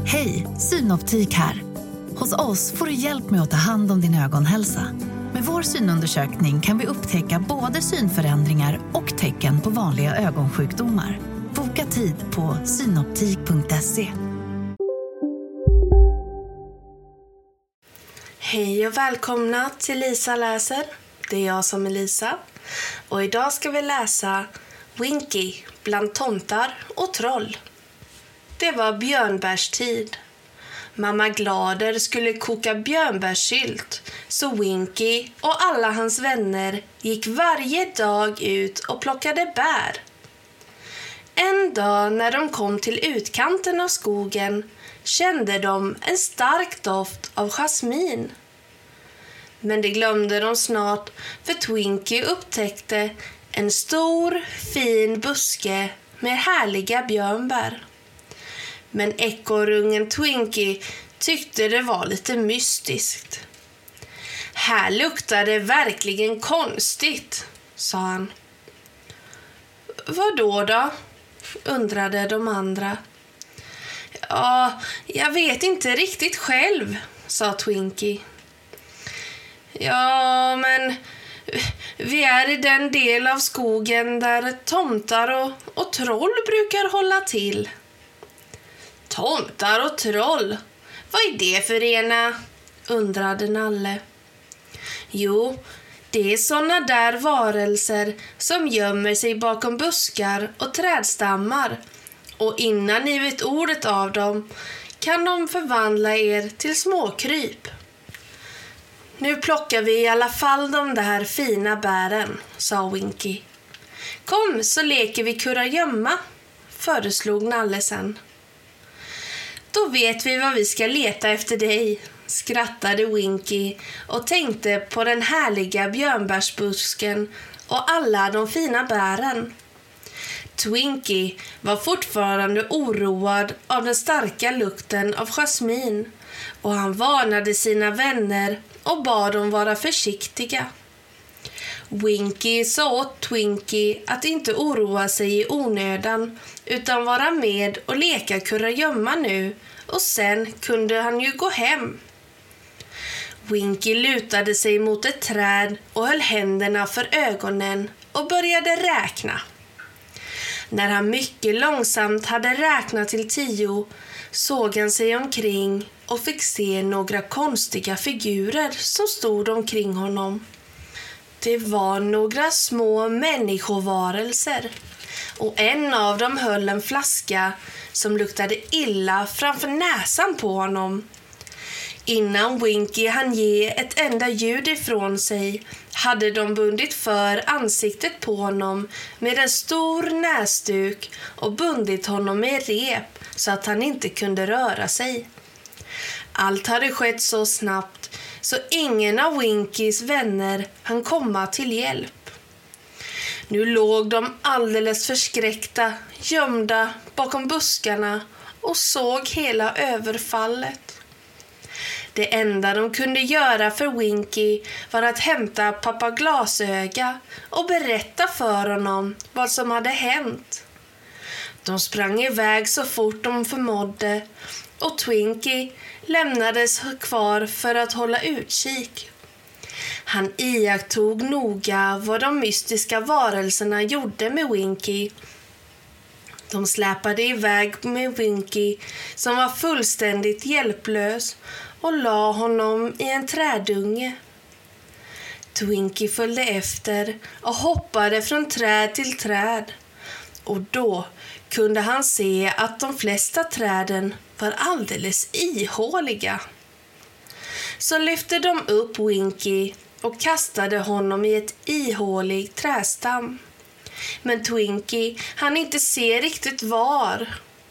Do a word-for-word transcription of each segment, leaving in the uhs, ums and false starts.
Hej, Synoptik här. Hos oss får du hjälp med att ta hand om din ögonhälsa. Med vår synundersökning kan vi upptäcka både synförändringar och tecken på vanliga ögonsjukdomar. Boka tid på synoptik punkt se. Hej och välkomna till Lisa läser. Det är jag som är Lisa. Och idag ska vi läsa Winky bland tomtar och troll. Det var björnbärstid. Mamma Glader skulle koka björnbärssylt, så Winky och alla hans vänner gick varje dag ut och plockade bär. En dag när de kom till utkanten av skogen kände de en stark doft av jasmin. Men det glömde de snart, för Twinkie upptäckte en stor, fin buske med härliga björnbär. Men ekorrungen Twinkie tyckte det var lite mystiskt. Här luktar det verkligen konstigt, sa han. Vad då då? Undrade de andra. Ja, jag vet inte riktigt själv, sa Twinkie. Ja, men vi är i den del av skogen där tomtar och, och troll brukar hålla till. Tomtar och troll? Vad är det för ena? Undrade Nalle. Jo, det är såna där varelser som gömmer sig bakom buskar och trädstammar. Och innan ni vet ordet av dem kan de förvandla er till småkryp. Nu plockar vi i alla fall de där fina bären, sa Winky. Kom så leker vi kurragömma, föreslog Nalle sen. Då vet vi vad vi ska leta efter dig, skrattade Winky och tänkte på den härliga björnbärsbusken och alla de fina bären. Twinkie var fortfarande oroad av den starka lukten av jasmin och han varnade sina vänner och bad dem vara försiktiga. Winky sa åt Twinkie att inte oroa sig i onödan utan vara med och leka kurragömma nu och sen kunde han ju gå hem. Winky lutade sig mot ett träd och höll händerna för ögonen och började räkna. När han mycket långsamt hade räknat till tio såg han sig omkring och fick se några konstiga figurer som stod omkring honom. Det var några små människovarelser och en av dem höll en flaska som luktade illa framför näsan på honom. Innan Winky hann ge ett enda ljud ifrån sig hade de bundit för ansiktet på honom med en stor näsduk och bundit honom med rep så att han inte kunde röra sig. Allt hade skett så snabbt så ingen av Winkys vänner hann komma till hjälp. Nu låg de alldeles förskräckta, gömda bakom buskarna och såg hela överfallet. Det enda de kunde göra för Winky var att hämta pappa Glasöga och berätta för honom vad som hade hänt. De sprang iväg så fort de förmådde och Twinkie lämnades kvar för att hålla utkik. Han iakttog noga vad de mystiska varelserna gjorde med Winky. De släpade iväg med Winky som var fullständigt hjälplös och la honom i en trädunge. Twinkie följde efter och hoppade från träd till träd. Och då kunde han se att de flesta träden var alldeles ihåliga. Så lyfte de upp Winky och kastade honom i ett ihålig trädstam. Men Twinkie hann inte se riktigt var.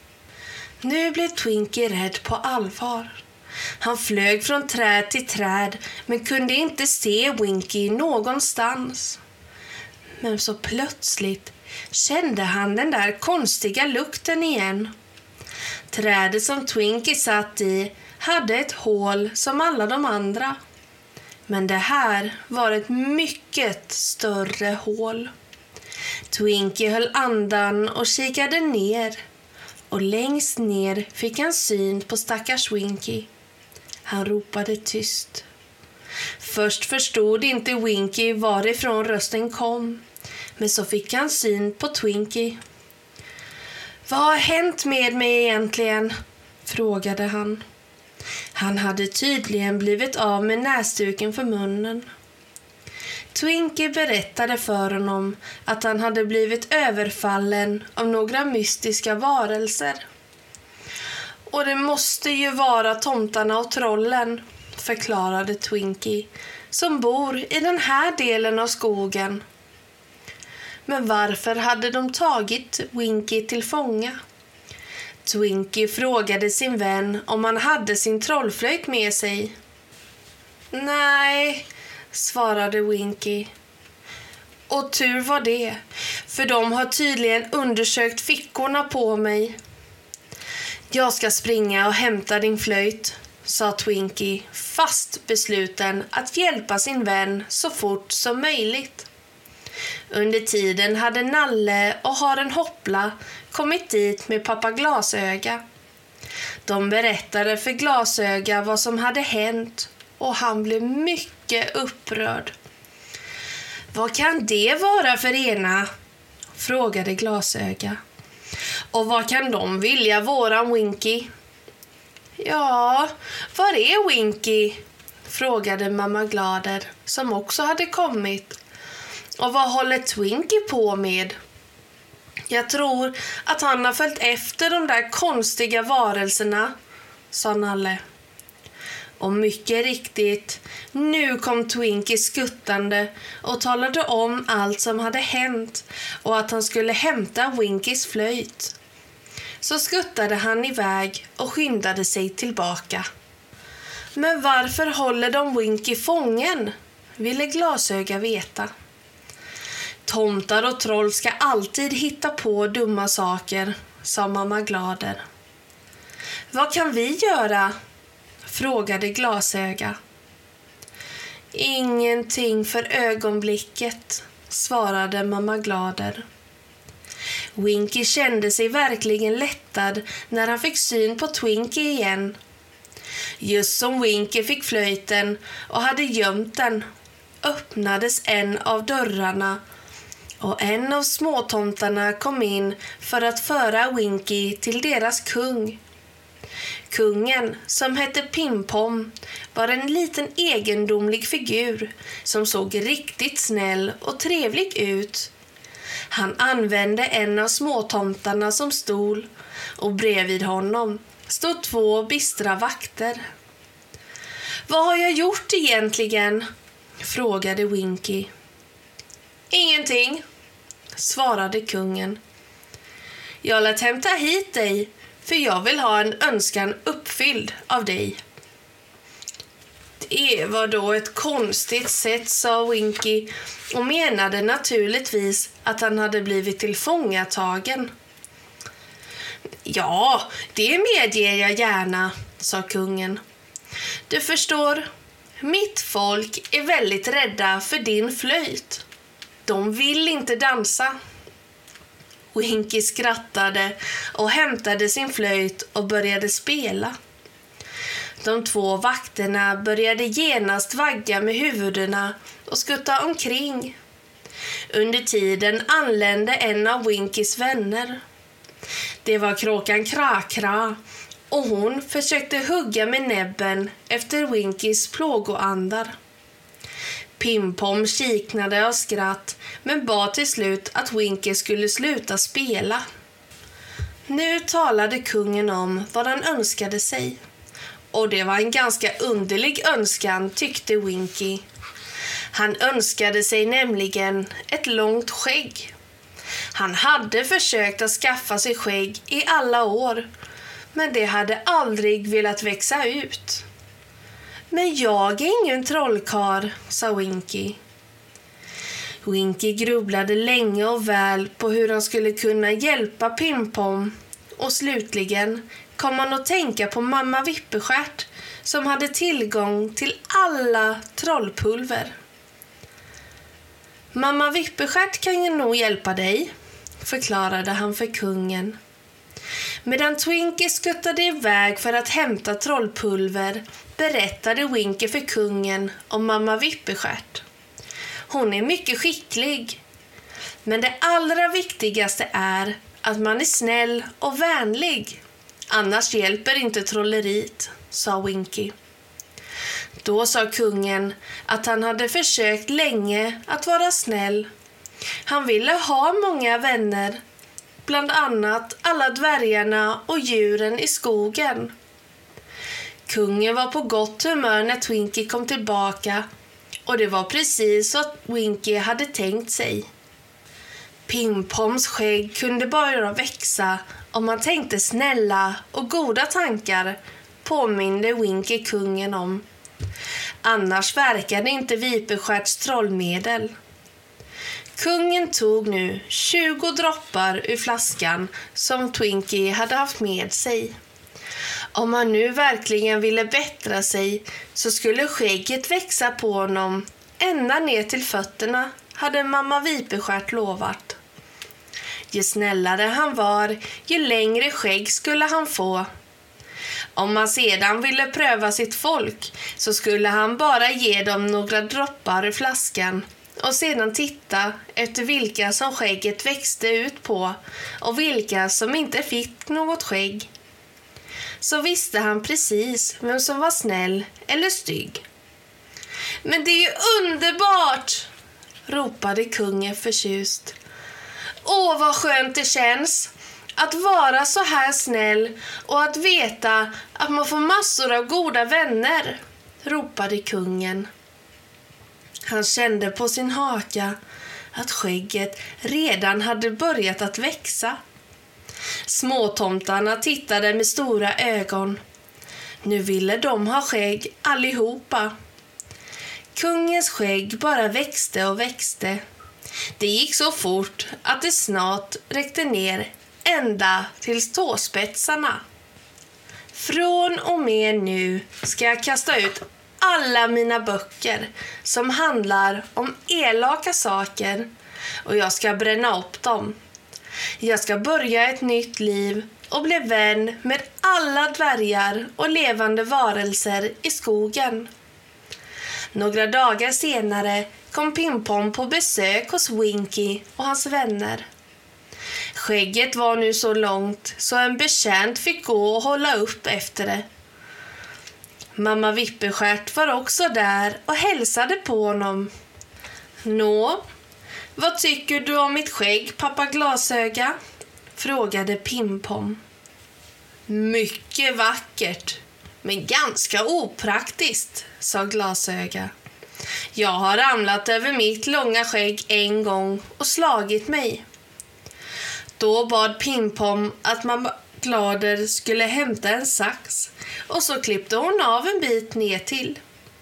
Nu blev Twinkie rädd på allvar. Han flög från träd till träd men kunde inte se Winky någonstans. Men så plötsligt kände han den där konstiga lukten igen. Trädet som Twinkie satt i hade ett hål som alla de andra. Men det här var ett mycket större hål. Twinkie höll andan och kikade ner. och längst ner fick han syn på stackars Winky. Han ropade tyst. Först förstod inte Winky varifrån rösten kom, men så fick han syn på Twinkie. Vad har hänt med mig egentligen? Frågade han. Han hade tydligen blivit av med näsduken för munnen. Twinkie berättade för honom att han hade blivit överfallen av några mystiska varelser. Och det måste ju vara tomtarna och trollen, förklarade Twinkie, som bor i den här delen av skogen. Men varför hade de tagit Winky till fånga? Twinkie frågade sin vän om han hade sin trollflöjt med sig. Nej, svarade Winky. Och tur var det, för de har tydligen undersökt fickorna på mig. Jag ska springa och hämta din flöjt, sa Twinkie, fast besluten att hjälpa sin vän så fort som möjligt. Under tiden hade Nalle och Haren Hoppla kommit dit med pappa Glasöga. De berättade för Glasöga vad som hade hänt och han blev mycket upprörd. Vad kan det vara för ena? Frågade Glasöga. Och vad kan de vilja våran Winky? Ja, var är Winky? Frågade mamma Glader som också hade kommit. Och vad håller Twinkie på med? Jag tror att han har följt efter de där konstiga varelserna, sa Nalle. Och mycket riktigt, nu kom Twinkie skuttande och talade om allt som hade hänt och att han skulle hämta Winkys flöjt. Så skuttade han iväg och skyndade sig tillbaka. Men varför håller de Winky fången? Ville Glasöga veta. Tomtar och troll ska alltid hitta på dumma saker, sa mamma Glader. Vad kan vi göra? Frågade Glasöga. Ingenting för ögonblicket, svarade mamma Glader. Winky kände sig verkligen lättad när han fick syn på Twinkie igen. Just som Winky fick flöjten och hade gömt den öppnades en av dörrarna och en av småtomtarna kom in för att föra Winky till deras kung. Kungen, som hette Pimpom, var en liten egendomlig figur som såg riktigt snäll och trevlig ut. Han använde en av småtomtarna som stol och bredvid honom stod två bistra vakter. Vad har jag gjort egentligen? Frågade Winky. Ingenting, svarade kungen. Jag lät hämta hit dig för jag vill ha en önskan uppfylld av dig. Det var då ett konstigt sätt, sa Winky och menade naturligtvis att han hade blivit tillfångatagen. Ja, det medger jag gärna, sa kungen. Du förstår, mitt folk är väldigt rädda för din flöjt. De vill inte dansa. Winky skrattade och hämtade sin flöjt och började spela. De två vakterna började genast vagga med huvudena och skutta omkring. Under tiden anlände en av Winkys vänner. Det var kråkan Kra-Kra och hon försökte hugga med näbben efter Winkys plågoandar. Pimpom kiknade av skratt men bad till slut att Winky skulle sluta spela. Nu talade kungen om vad han önskade sig. Och det var en ganska underlig önskan, tyckte Winky. Han önskade sig nämligen ett långt skägg. Han hade försökt att skaffa sig skägg i alla år, men det hade aldrig velat växa ut. Men jag är ingen trollkarl, sa Winky. Winky grubblade länge och väl på hur han skulle kunna hjälpa Pimpom och slutligen kom han att tänka på mamma Vippeskärt som hade tillgång till alla trollpulver. Mamma Vippeskärt kan ju nog hjälpa dig, förklarade han för kungen. Medan Twinkie skuttade iväg för att hämta trollpulver berättade Winky för kungen om mamma Vippestjärt. Hon är mycket skicklig. Men det allra viktigaste är att man är snäll och vänlig. Annars hjälper inte trolleriet, sa Winky. Då sa kungen att han hade försökt länge att vara snäll. Han ville ha många vänner, bland annat alla dvärgarna och djuren i skogen. Kungen var på gott humör när Twinkie kom tillbaka, och det var precis vad Winky hade tänkt sig. Pimpoms skägg kunde bara växa om man tänkte snälla och goda tankar, påminde Winky kungen om. Annars verkade inte Vippestjärts trollmedel. Kungen tog nu tjugo droppar ur flaskan som Twinkie hade haft med sig. Om han nu verkligen ville bättra sig så skulle skägget växa på honom ända ner till fötterna, hade mamma Vippestjärt lovat. Ju snällare han var, ju längre skägg skulle han få. Om han sedan ville pröva sitt folk så skulle han bara ge dem några droppar ur flaskan och sedan titta efter vilka som skägget växte ut på och vilka som inte fick något skägg. Så visste han precis vem som var snäll eller stygg. Men det är ju underbart, ropade kungen förtjust. Åh, vad skönt det känns att vara så här snäll och att veta att man får massor av goda vänner, ropade kungen. Han kände på sin haka att skägget redan hade börjat att växa. Småtomtarna tittade med stora ögon. Nu ville de ha skägg allihopa. Kungens skägg bara växte och växte. Det gick så fort att det snart räckte ner ända till tåspetsarna. Från och med nu ska jag kasta ut alla mina böcker som handlar om elaka saker och jag ska bränna upp dem. Jag ska börja ett nytt liv och bli vän med alla dvärgar och levande varelser i skogen. Några dagar senare kom Pimpom på besök hos Winky och hans vänner. Skägget var nu så långt så en betjänt fick gå och hålla upp efter det. Mamma Vippestjärt var också där och hälsade på honom. Nå, vad tycker du om mitt skägg, pappa Glasöga? Frågade Pimpom. Mycket vackert, men ganska opraktiskt, sa Glasöga. Jag har ramlat över mitt långa skägg en gång och slagit mig. Då bad Pimpom att mamma Glader skulle hämta en sax och så klippte hon av en bit ner till.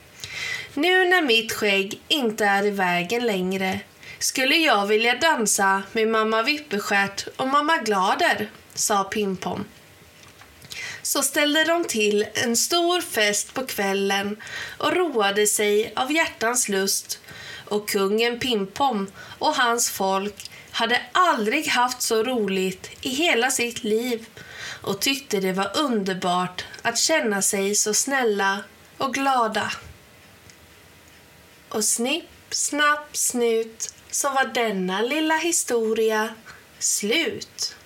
Nu när mitt skägg inte är i vägen längre skulle jag vilja dansa med mamma Vippestjärt och mamma Glader, sa Pimpom. Så ställde de till en stor fest på kvällen och roade sig av hjärtans lust, och kungen Pimpom och hans folk hade aldrig haft så roligt i hela sitt liv och tyckte det var underbart att känna sig så snälla och glada. Och snipp, snapp, snut, så var denna lilla historia slut.